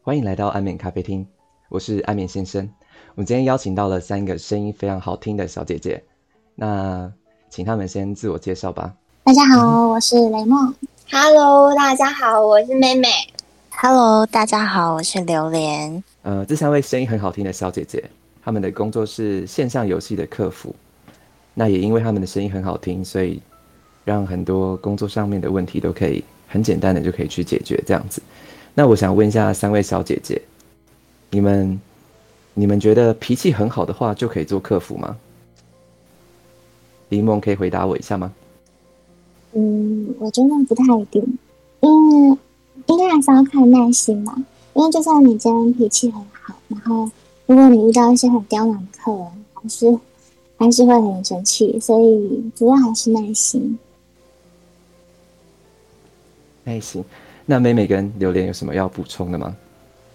欢迎来到安眠咖啡厅，我是安眠先生。我们今天邀请到了3个声音非常好听的小姐姐，那请她们先自我介绍吧。 大家好，我是雷梦。 Hello， 大家好，我是妹妹。 Hello， 大家好，我是榴莲。 这3位声音很好听的小姐姐，她们的工作是线上游戏的客服。那也因为她们的声音很好听，所以让很多工作上面的问题都可以很简单的就可以去解决这样子。那我想问一下3位小姐姐，你们觉得脾气很好的话就可以做客服吗？林梦可以回答我一下吗？ 我觉得不太一定，因为应该还是要看耐心吧。因为就算你今天脾气很好，然后如果你遇到一些很刁难的客人，还是会很生气，所以主要还是耐心。 耐心。那妹妹跟榴莲有什么要补充的吗？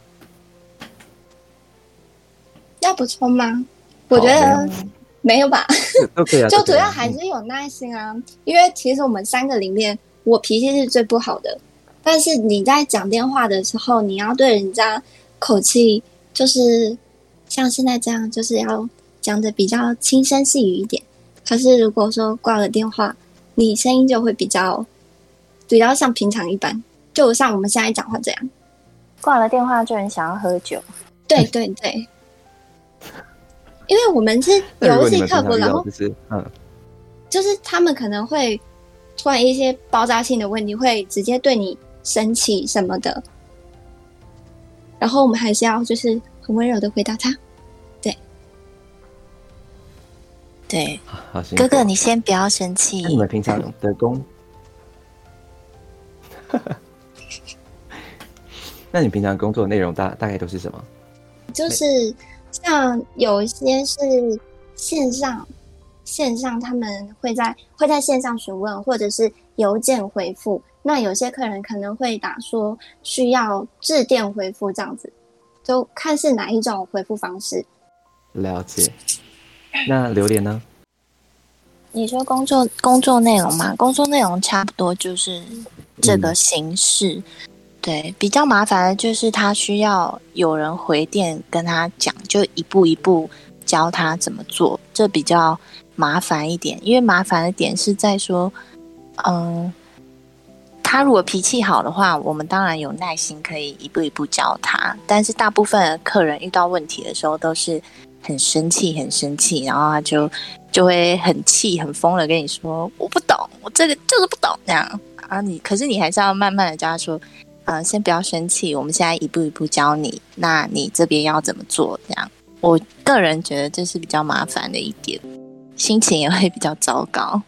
要补充吗？我觉得没有吧， 都可以啊。 就主要还是有耐心啊。因为其实我们3个里面，我脾气是最不好的。但是你在讲电话的时候，你要对人家口气，就是像现在这样，就是要讲的比较轻声细语一点。可是如果说挂了电话，你声音就会比较像平常一般，就像我们现在讲话这样。 挂了电话就很想要喝酒。 对对对。因为我们是游戏客服，然后就是他们可能会突然一些爆炸性的问题，会直接对你生气什么的，然后我们还是要就是很温柔的回答他。 对， 好， 哥哥你先不要生气。 那你们平常的那你平常工作的内容大概都是什么？ 就是像有一些是线上他们会在线上询问，或者是邮件回复。那有些客人可能会打说需要致电回复这样子，就看是哪一种回复方式。 了解。那榴莲呢？ 你说工作内容吗？工作内容差不多就是这个形式。对，比较麻烦的就是他需要有人回电跟他讲，就一步一步教他怎么做，这比较麻烦一点。因为麻烦的点是在说，他如果脾气好的话，我们当然有耐心可以一步一步教他，但是大部分的客人遇到问题的时候都是很生气，然后他就会很气很疯的跟你说我不懂，我这个就是不懂这样啊。可是你还是要慢慢的教他说，先不要生气，我们现在一步一步教你，那你这边要怎么做这样。我个人觉得这是比较麻烦的一点，心情也会比较糟糕。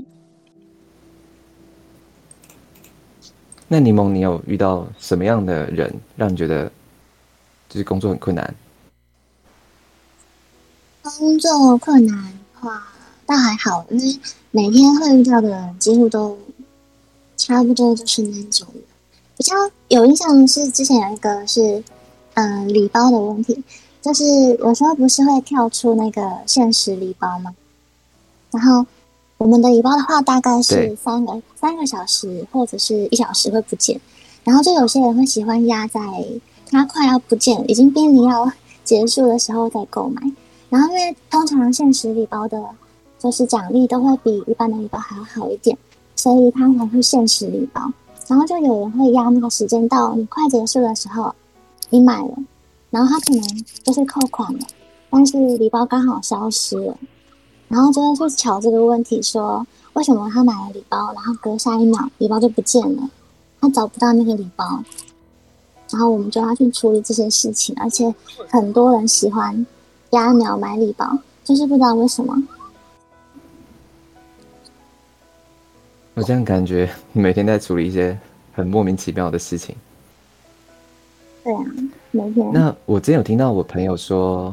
那柠檬，你有遇到什么样的人让你觉得就是工作很困难？ 工作困难的话倒还好，因为每天会遇到的人几乎都差不多就是那种人。比较有印象的是之前有一个是礼包的问题，就是有时候不是会跳出那个限时礼包吗？然后我们的礼包的话大概是三个小时或者是1小时会不见，然后就有些人会喜欢压在它快要不见，已经濒临要结束的时候再购买。然后因为通常限时礼包的就是奖励都会比一般的礼包还要好一点，所以它才会限时礼包。然后就有人会压那个时间到你快结束的时候你买了，然后他可能就是扣款了，但是礼包刚好消失了，然后就会去瞧这个问题，说为什么他买了礼包，然后隔下一秒礼包就不见了，他找不到那个礼包，然后我们就要去处理这些事情。而且很多人喜欢压秒买礼包，就是不知道为什么。 我这样感觉你每天在处理一些很莫名其妙的事情。 对啊，每天。 那我之前有听到我朋友说，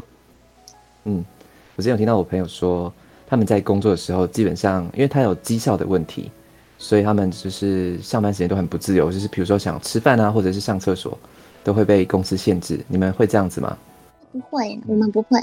他们在工作的时候，基本上因为他有绩效的问题，所以他们就是上班时间都很不自由，就是比如说想吃饭啊，或者是上厕所，都会被公司限制。你们会这样子吗？ 不会，我们不会。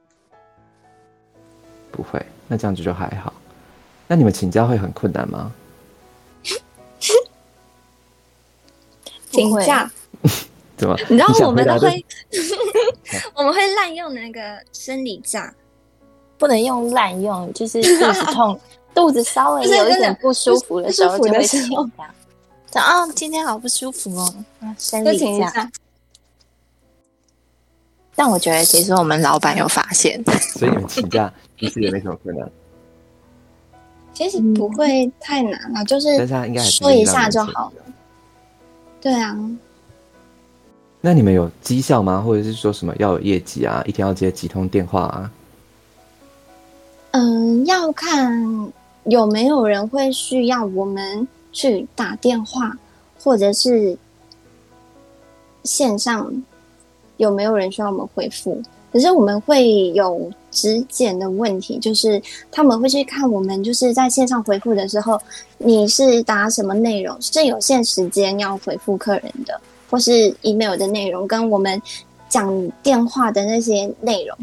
不会，那这样子就还好。那你们请假会很困难吗？ 请假怎么？ 你知道想我们都回答的会我们会滥用那个生理假， 不能用滥用，就是肚子痛、肚子稍微有一点不舒服的时候就会请假。讲啊，今天好不舒服哦，生就理假。 请一下。 但我觉得其实我们老板有发现， 所以你们请假其实也没什么困难， 其实不会太难了，就是但是他应该还是说一下愿意让人请就好了。对啊， 那你们有绩效吗？或者是说什么要有业绩啊？一天要接几通电话啊？ 要看有没有人会需要我们去打电话，或者是线上有没有人需要我们回复。可是我们会有质检的问题，就是他们会去看我们就是在线上回复的时候，你是打什么内容，是有限时间要回复客人的，或是 email 的内容，跟我们讲电话的那些内容。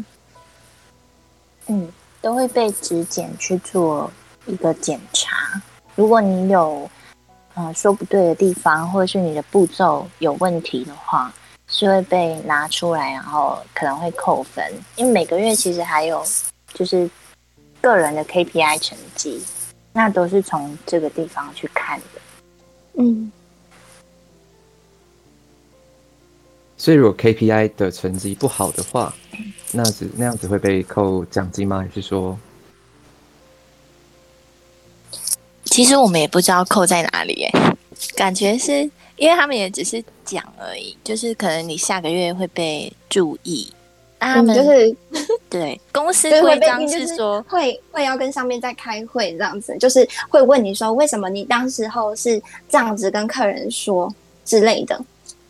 都会被质检去做一个检查。如果你有说不对的地方，或者是你的步骤有问题的话，是会被拿出来，然后可能会扣分。因为每个月其实还有就是个人的 KPI 成绩，那都是从这个地方去看的。 所以如果 KPI 的成绩不好的话，那样子会被扣奖金吗？还是说？ 其实我们也不知道扣在哪里耶，感觉是因为他们也只是讲而已，就是可能你下个月会被注意。那他们就是对公司就是会被规章是说会要跟上面在开会这样子，就是会问你说为什么你当时候是这样子跟客人说之类的。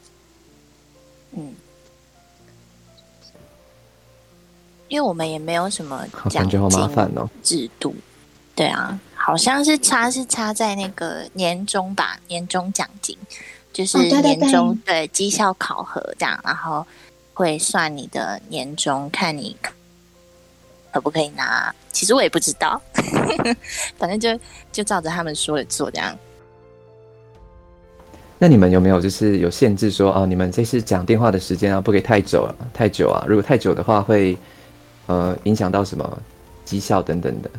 因为我们也没有什么感觉好麻烦哦。 制度，对啊，好像是差在那个年终吧，年终奖金就是年终对绩效考核这样，然后会算你的年终，看你可不可以拿。其实我也不知道，反正就照着他们说的做这样。 那你们有没有就是有限制说哦，你们这次讲电话的时间啊，不可以太久啊？如果太久的话会影响到什么绩效等等的？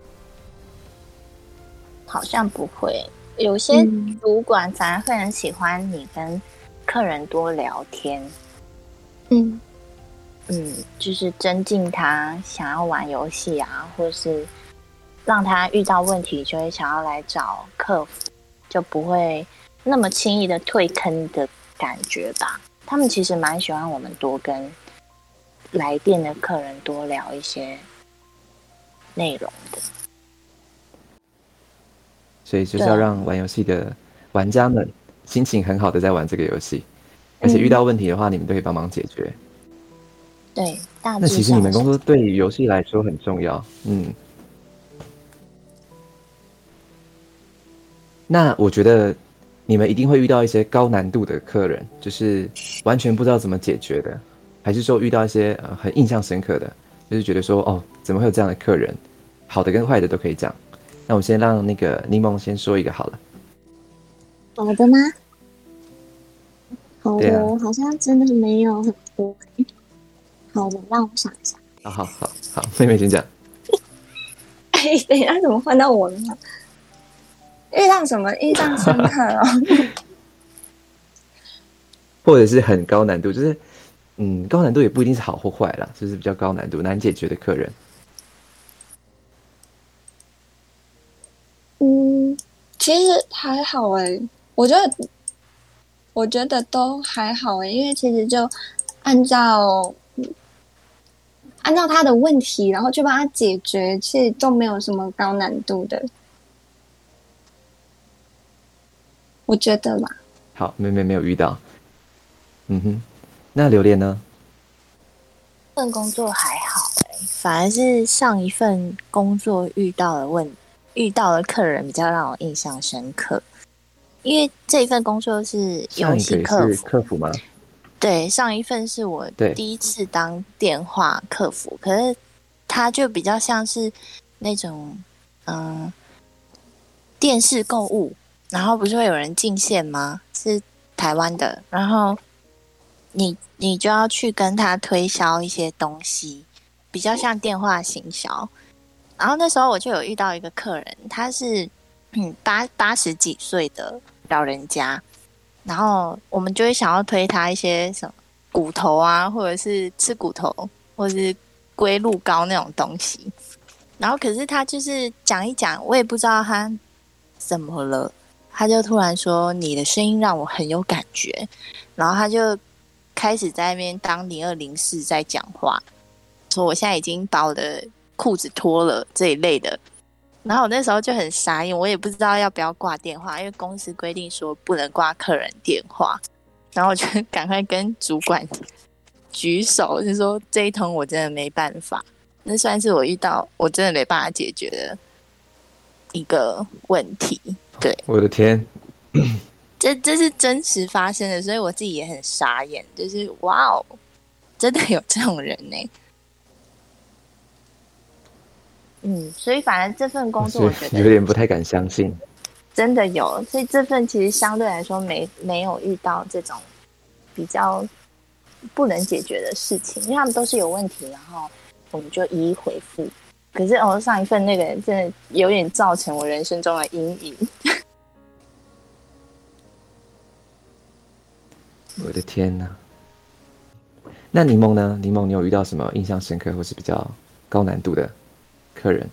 好像不会，有些主管反而会很喜欢你跟客人多聊天。就是增进他想要玩游戏啊，或是让他遇到问题就会想要来找客服，就不会那么轻易的退坑的感觉吧。他们其实蛮喜欢我们多跟来电的客人多聊一些内容的， 所以就是要让玩游戏的玩家们心情很好的在玩这个游戏，而且遇到问题的话，你们都可以帮忙解决。 对， 那其实你们工作对于游戏来说很重要。那我觉得你们一定会遇到一些高难度的客人，就是完全不知道怎么解决的，还是说遇到一些很印象深刻的，就是觉得说哦，怎么会有这样的客人？好的跟坏的都可以讲。那我先让那个柠檬先说一个好了。 好的吗？好的，好像真的是没有很多。好的，让我想一下。 好，妹妹先讲。 等一下，怎么换到我了呢？印象什么？印象深刻哦。 或者是很高难度，就是高难度也不一定是好或坏啦，就是比较高难度难解决的客人。 其实还好哎，我觉得都还好哎，因为其实就按照他的问题，然后去帮他解决，其实都没有什么高难度的，我觉得啦。 好，妹妹没有遇到。那榴莲呢？ 这份工作还好反而是上一份工作遇到的客人比较让我印象深刻，因为这一份工作是游戏客服吗？ 对，上一份是我第一次当电话客服，可是他就比较像是那种电视购物，然后不是会有人进线吗？是台湾的，然后你就要去跟他推销一些东西，比较像电话行销。然后那时候我就有遇到一个客人，他是80几岁的老人家，然后我们就会想要推他一些什么骨头啊，或者是吃骨头，或者是龟鹿膏那种东西。然后可是他就是讲一讲，我也不知道他怎么了，他就突然说你的声音让我很有感觉，然后他就开始在那边当0204在讲话，说我现在已经把我的裤子脱了这一类的。然后我那时候就很傻眼，我也不知道要不要挂电话，因为公司规定说不能挂客人电话。然后我就赶快跟主管举手，就说这一通我真的没办法，那算是我遇到我真的没办法解决的一个问题。对， 我的天， 这是真实发生的，所以我自己也很傻眼，就是哇哦，真的有这种人呢。所以反正这份工作我觉得有点不太敢相信， 真的有，所以这份其实相对来说没有遇到这种比较不能解决的事情，因为他们都是有问题，然后我们就一一回复。可是上一份那个真的有点造成我人生中的阴影。 我的天哪！那柠檬呢？柠檬，你有遇到什么印象深刻或是比较高难度的客人？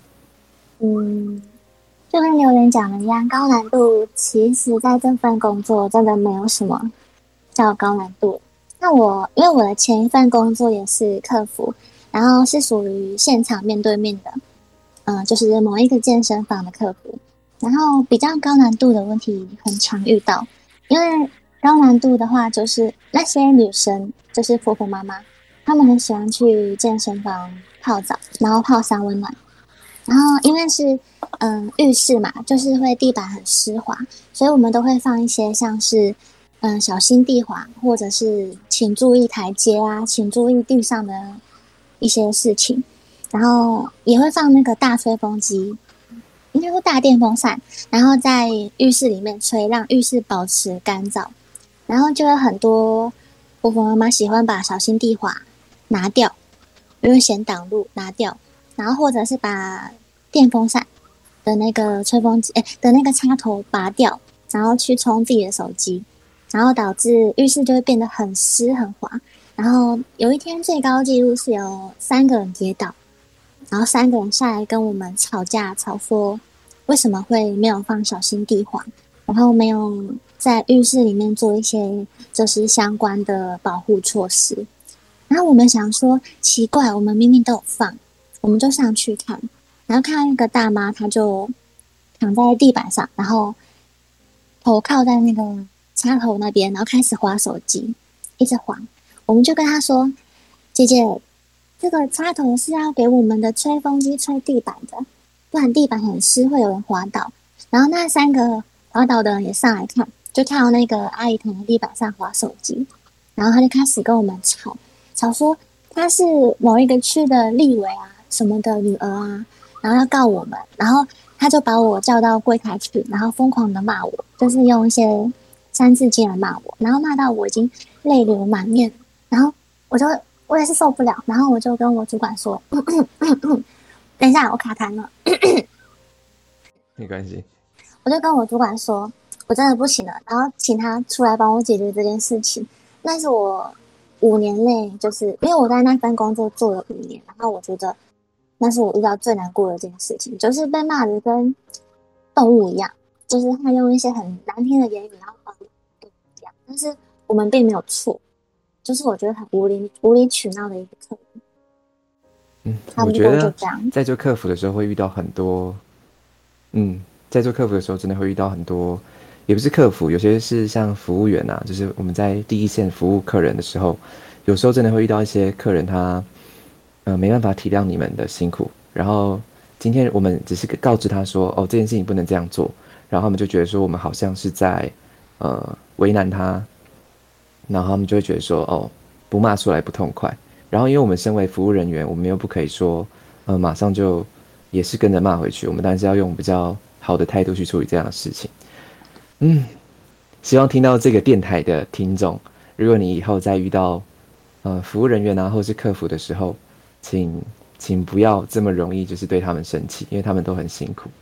就跟留言讲的一样，高难度其实在这份工作真的没有什么叫高难度。那因为我的前一份工作也是客服，然后是属于现场面对面的，就是某一个健身房的客服，然后比较高难度的问题很常遇到，因为高难度的话就是那些女生，就是婆婆妈妈，她们很喜欢去健身房泡澡，然后泡三温暖，然后因为是浴室嘛，就是会地板很湿滑，所以我们都会放一些像是小心地滑，或者是请注意台阶啊，请注意地上的一些事情，然后也会放那个大吹风机，应该说大电风扇，然后在浴室里面吹，让浴室保持干燥，然后就有很多婆婆妈妈喜欢把小心地滑拿掉，因为嫌挡路拿掉，然后或者是把电风扇的那个吹风机的那个插头拔掉，然后去充自己的手机，然后导致浴室就会变得很湿很滑。然后有一天最高纪录是有3个人跌倒，然后3个人下来跟我们吵架，吵说为什么会没有放小心地滑，然后没有在浴室里面做一些就是相关的保护措施。然后我们想说奇怪，我们明明都有放，我们就上去看，然后看到一个大妈，她就躺在地板上，然后头靠在那个插头那边，然后开始滑手机，一直滑。我们就跟她说：“姐姐，这个插头是要给我们的吹风机吹地板的，不然地板很湿，会有人滑倒。”然后那3个滑倒的人也上来看，就看到那个阿姨躺在地板上滑手机，然后她就开始跟我们吵说她是某一个区的立委啊什么的女儿啊，然后要告我们，然后她就把我叫到柜台去，然后疯狂的骂我，就是用一些3字经来骂我，然后骂到我已经泪流满面，然后我也是受不了，然后我就跟我主管说，等一下我卡痰了， 没关系， 我就跟我主管说我真的不行了，然后请他出来帮我解决这件事情。那是我5年内，就是因为我在那份工作做了5年，然后我觉得那是我遇到最难过的一件事情，就是被骂的跟动物一样，就是他用一些很难听的言语，然后把动物一样，但是我们并没有错，就是我觉得很无理取闹的一个客人。 我觉得在做客服的时候会遇到很多，在做客服的时候真的会遇到很多，也不是客服，有些是像服务员啊，就是我们在第一线服务客人的时候，有时候真的会遇到一些客人他没办法体谅你们的辛苦，然后今天我们只是告知他说这件事情不能这样做，然后他们就觉得说我们好像是在为难他，然后他们就会觉得说不骂出来不痛快，然后因为我们身为服务人员，我们又不可以说马上就也是跟着骂回去，我们当然是要用比较好的态度去处理这样的事情。希望听到这个电台的听众， 如果你以后再遇到服务人员啊，或是客服的时候，请不要这么容易就是对他们生气，因为他们都很辛苦。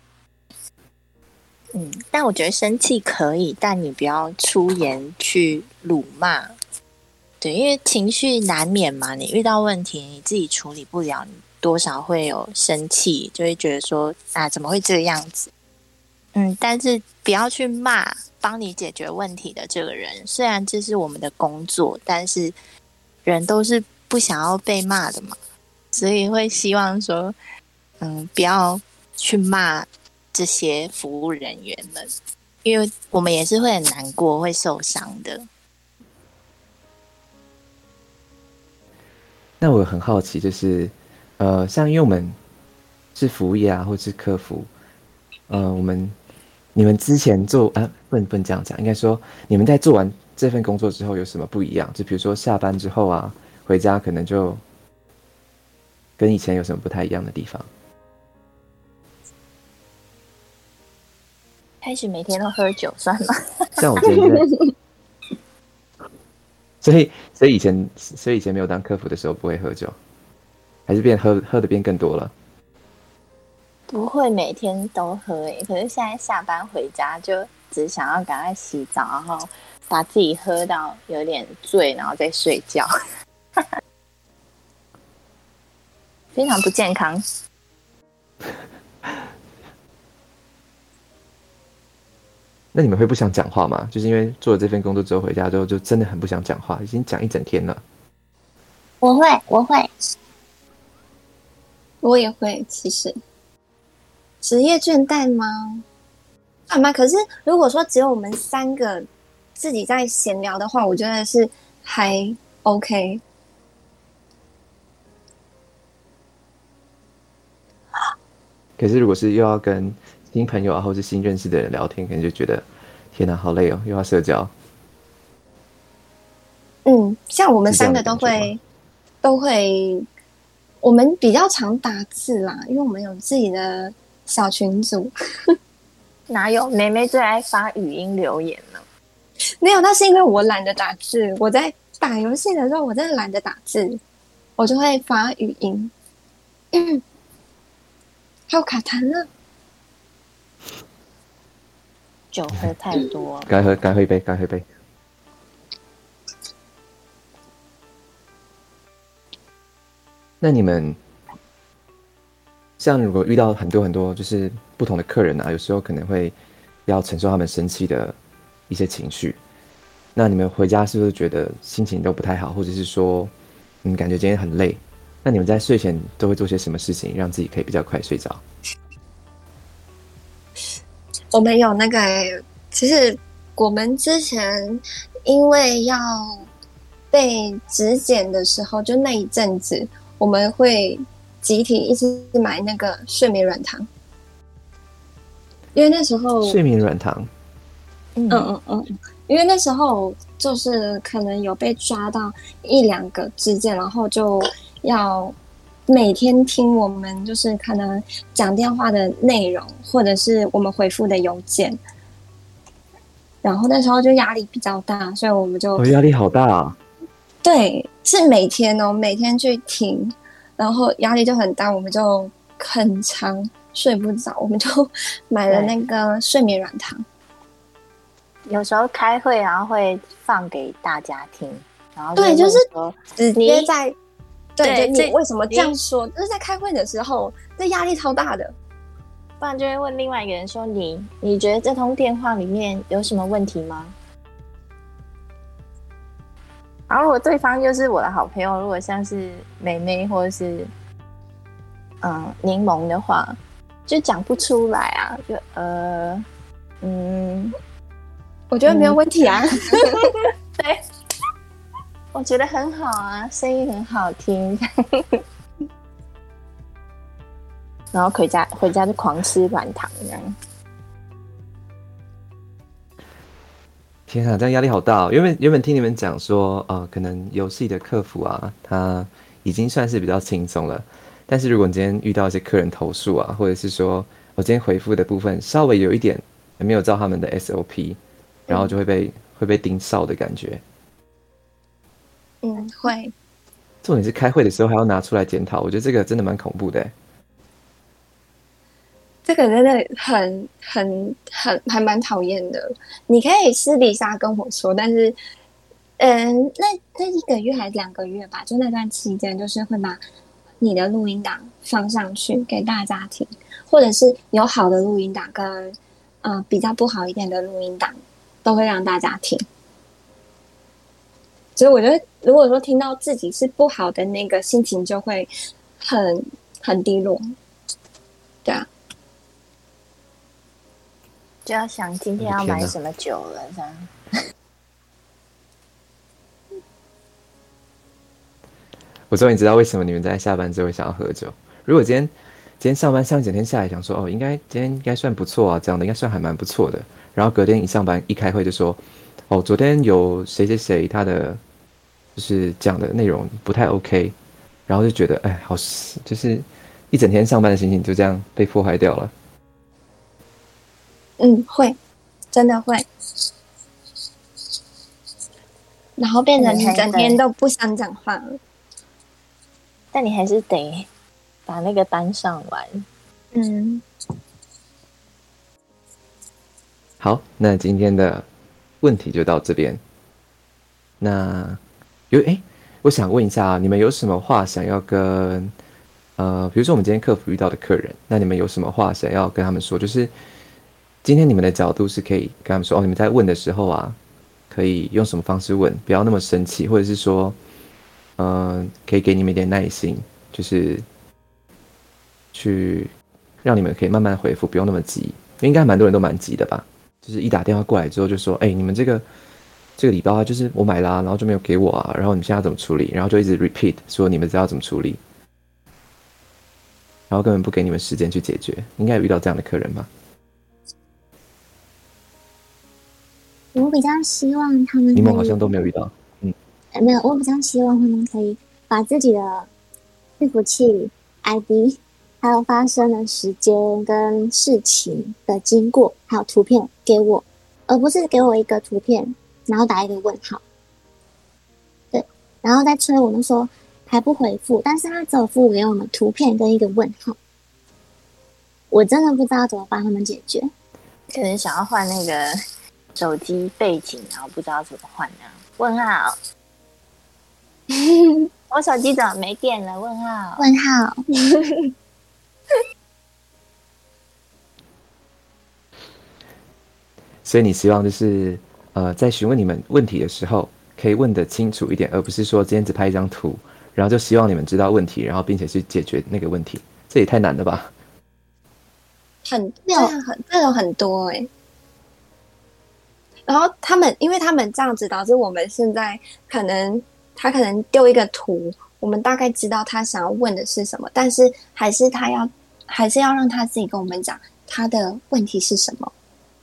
但我觉得生气可以，但你不要出言去辱骂。对，因为情绪难免嘛，你遇到问题你自己处理不了，你多少会有生气，就会觉得说啊，怎么会这个样子？但是不要去骂帮你解决问题的这个人。虽然这是我们的工作，但是人都是不想要被骂的嘛，所以会希望说，不要去骂这些服务人员们，因为我们也是会很难过，会受伤的。 那我很好奇，就是像因为我们是服务业啊，或是客服，你们之前做不能这样讲，应该说你们在做完这份工作之后有什么不一样？就比如说下班之后啊，回家可能就跟以前有什么不太一样的地方？ 开始每天都喝酒算吗？ 像我今天所以以前没有当客服的时候不会喝酒，还是喝的变更多了？ 不会每天都喝可是现在下班回家就只想要赶快洗澡，然后把自己喝到有点醉，然后再睡觉，非常不健康。 那你们会不想讲话吗？就是因为做了这份工作之后回家之后就真的很不想讲话，已经讲一整天了。 我会， 我也会。其实职业倦怠吗？好吗？可是如果说只有我们三个自己在闲聊的话，我觉得是还 OK。 可是如果是又要跟新朋友啊，或是新认识的人聊天，可能就觉得天哪，好累哦，又要社交。 像我们三个都会，我们比较常打字啦，因为我们有自己的小群组。 哪有妹妹最爱发语音留言呢？ 没有，那是因为我懒得打字。我在打游戏的时候，我真的懒得打字，我就会发语音。还有卡痰了。 酒喝太多， 该喝一杯，该喝一杯。那你们像如果遇到很多就是不同的客人啊，有时候可能会要承受他们生气的一些情绪，那你们回家是不是觉得心情都不太好，或者是说感觉今天很累？那你们在睡前都会做些什么事情，让自己可以比较快睡着？ 我们有那个其实我们之前因为要被质检的时候，就那一阵子，我们会集体一起买那个睡眠软糖，因为那时候睡眠软糖， 因为那时候就是可能有被抓到1-2个质检，然后就要每天听我们就是可能讲电话的内容，或者是我们回复的邮件，然后那时候就压力比较大，所以我们就压力好大啊。 对，是每天每天去听，然后压力就很大，我们就很长睡不着，我们就买了那个睡眠软糖。 有时候开会然后会放给大家听，然后对，就是直接在对你为什么这样说？就是在开会的时候，这压力超大的。 不然就会问另外一个人说：“你觉得这通电话里面有什么问题吗？”然后如果对方就是我的好朋友，如果像是妹妹或者是柠檬的话，就讲不出来啊，就我觉得没有问题啊。 对，我觉得很好啊，声音很好听。然后回家就狂吃软糖这样。 天啊，这样压力好大哦！原本听你们讲说，可能游戏的客服啊，他已经算是比较轻松了。但是如果你今天遇到一些客人投诉啊，或者是说我今天回复的部分稍微有一点没有照他们的 SOP，然后就会被盯梢的感觉。 会。 重点是开会的时候还要拿出来检讨，我觉得这个真的蛮恐怖的。 这个真的还蛮讨厌的。你可以私底下跟我说，但是，那1个月还是2个月吧，就那段期间，就是会把你的录音档放上去给大家听，或者是有好的录音档跟比较不好一点的录音档，都会让大家听。所以我觉得，如果说听到自己是不好的那个心情，就会很低落。对啊， 就要想今天要买什么酒了，这样。 我终于知道为什么你们在下班之后会想要喝酒。如果今天上班上一整天下来，想说今天应该算不错啊，这样的应该算还蛮不错的。然后隔天一上班一开会就说，昨天有谁谁谁他的就是讲的内容不太 OK， 然后就觉得好，就是一整天上班的心情就这样被破坏掉了。 会，真的会。然后变成你整天都不想讲话了。 但你还是得把那个单上完。 好，那今天的问题就到这边。那我想问一下你们有什么话想要跟比如说我们今天客服遇到的客人，那你们有什么话想要跟他们说？就是今天你们的角度是可以跟他们说，你们在问的时候啊，可以用什么方式问，不要那么生气，或者是说，可以给你们一点耐心，就是去让你们可以慢慢回复，不用那么急。应该蛮多人都蛮急的吧？就是一打电话过来之后就说，你们这个礼包啊，就是我买啦，然后就没有给我啊，然后你们现在要怎么处理？然后就一直 repeat 说你们知道怎么处理，然后根本不给你们时间去解决。应该有遇到这样的客人吧？ 我比较希望他们， 你们好像都没有遇到。 没有，我比较希望他们可以把自己的伺服器 ID 还有发生的时间跟事情的经过还有图片给我，而不是给我一个图片然后打一个问号。对，然后再催我们说还不回复，但是他只有付给我们图片跟一个问号。我真的不知道怎么帮他们解决。 可能想要换那个手机背景，然后不知道怎么换呢？问号。我手机怎么没电了？问号。 问号。 所以你希望就是在询问你们问题的时候，可以问得清楚一点，而不是说今天只拍一张图，然后就希望你们知道问题，然后并且去解决那个问题，这也太难了吧？ 这种很多然后因为他们这样子，导致我们现在他可能丢一个图，我们大概知道他想要问的是什么，但是还是要让他自己跟我们讲他的问题是什么。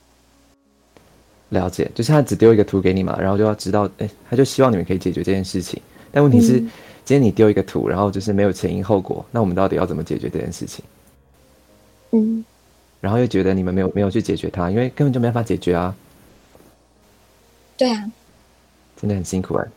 了解，就是他只丢一个图给你嘛，然后就要知道，他就希望你们可以解决这件事情。但问题是，今天你丢一个图，然后就是没有前因后果，那我们到底要怎么解决这件事情？然后又觉得你们没有去解决它，因为根本就没办法解决啊。 对啊， 真的很辛苦啊。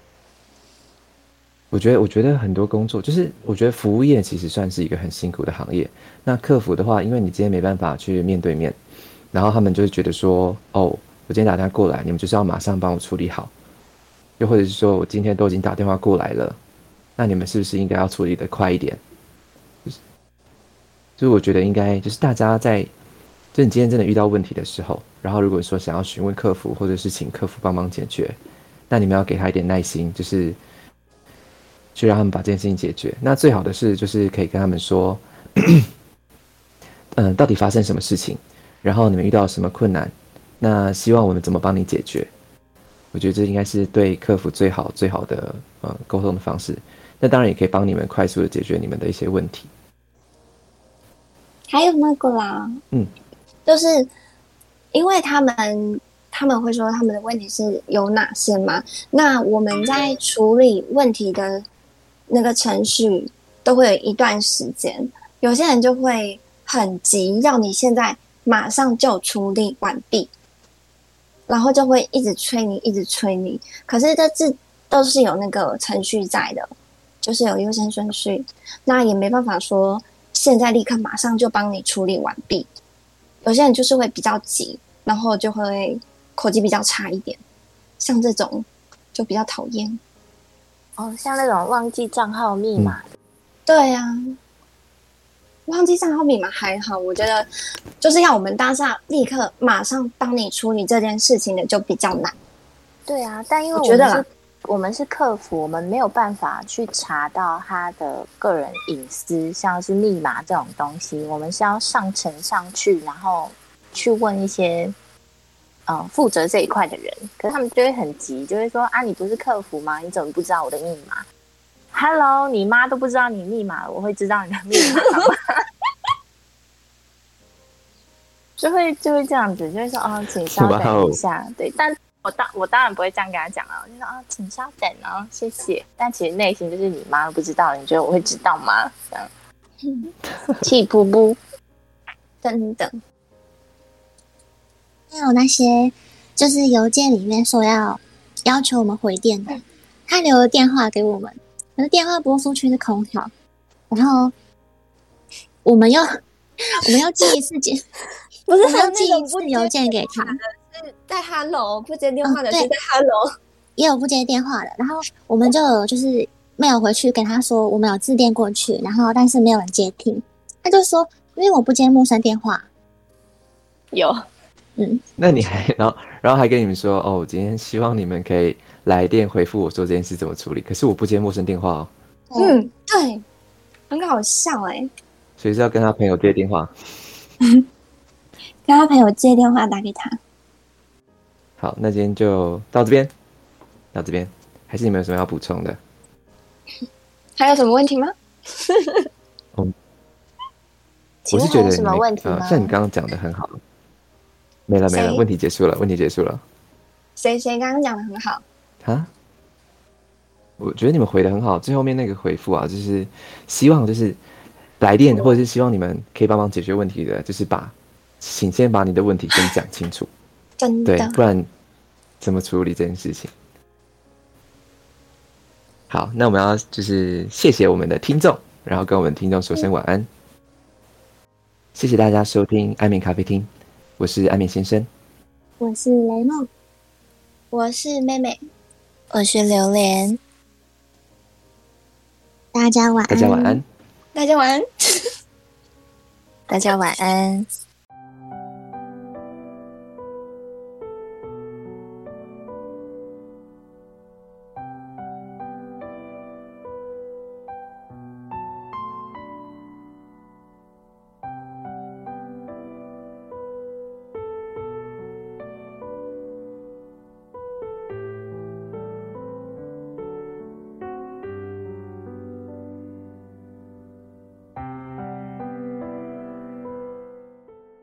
我觉得很多工作，就是我觉得服务业其实算是一个很辛苦的行业。那客服的话，因为你今天没办法去面对面，然后他们就会觉得说，我今天打电话过来，你们就是要马上帮我处理好，又或者是说我今天都已经打电话过来了，那你们是不是应该要处理得快一点？所以我觉得应该就是大家就你今天真的遇到问题的时候，然后如果说想要询问客服，或者是请客服帮忙解决，那你们要给他一点耐心，就是去让他们把这件事情解决。那最好的是就是可以跟他们说，到底发生什么事情，然后你们遇到什么困难，那希望我们怎么帮你解决。我觉得这应该是对客服最好的沟通的方式。那当然也可以帮你们快速的解决你们的一些问题。 还有那个啦，就是因为他们会说他们的问题是有哪些嘛？那我们在处理问题的那个程序都会有一段时间，有些人就会很急，要你现在马上就处理完毕，然后就会一直催你，一直催你。可是都是有那个程序在的，就是有优先顺序，那也没办法说现在立刻马上就帮你处理完毕。有些人就是会比较急，然后就会口气比较差一点，像这种就比较讨厌。 哦，像那种忘记账号密码， 对呀、忘记账号密码还好，我觉得就是要我们当下立刻马上帮你处理这件事情的就比较难。 对啊，但因为我觉得啦， 我们是客服，我们没有办法去查到他的个人隐私，像是密码这种东西，我们是要上呈上去，然后去问一些负责这一块的人，可是他们就会很急，就会说啊，你不是客服吗？你怎么不知道我的密码？Hello， 你妈都不知道你密码，我会知道你的密码吗？就会这样子，就会说哦，请稍等一下。对，但我当然不会这样跟他讲啊，我就说啊，请稍等啊，谢谢。但其实内心就是你妈都不知道，你觉得我会知道吗？这样，气噗噗， 等等。 还有那些就是邮件里面说要求我们回电的，他留了电话给我们，可是电话拨出去是空条，然后我们又寄一次不是我们要寄一次邮件给他， 是在 Hello 不接电话的是在 Hello， 也有不接电话的，然后我们就有就是没有回去跟他说我们有致电过去，然后但是没有人接听，他就说因为我不接陌生电话。 有， 那你还然后还跟你们说哦，我今天希望你们可以来电回复我说这件事怎么处理，可是我不接陌生电话哦， 对，很好笑所以是要跟他朋友接电话。 跟他朋友接电话打给他。 好，那今天就到这边，还是你们有什么要补充的？ 还有什么问题吗？ 我是觉得什么问题吗？ 像你刚刚讲的很好，没了，问题结束了。 谁刚刚讲的很好啊？我觉得你们回的很好，最后面那个回复啊，就是希望就是来电或者是希望你们可以帮忙解决问题的，就是请先把你的问题先讲清楚， 真的， 对，不然怎么处理这件事情？好，那我们要就是谢谢我们的听众，然后跟我们听众说声晚安。谢谢大家收听安眠咖啡厅，我是安眠先生， 我是雷梦， 我是妹妹， 我是榴莲， 大家晚安， 大家晚安。 大家晚安。 大家晚安。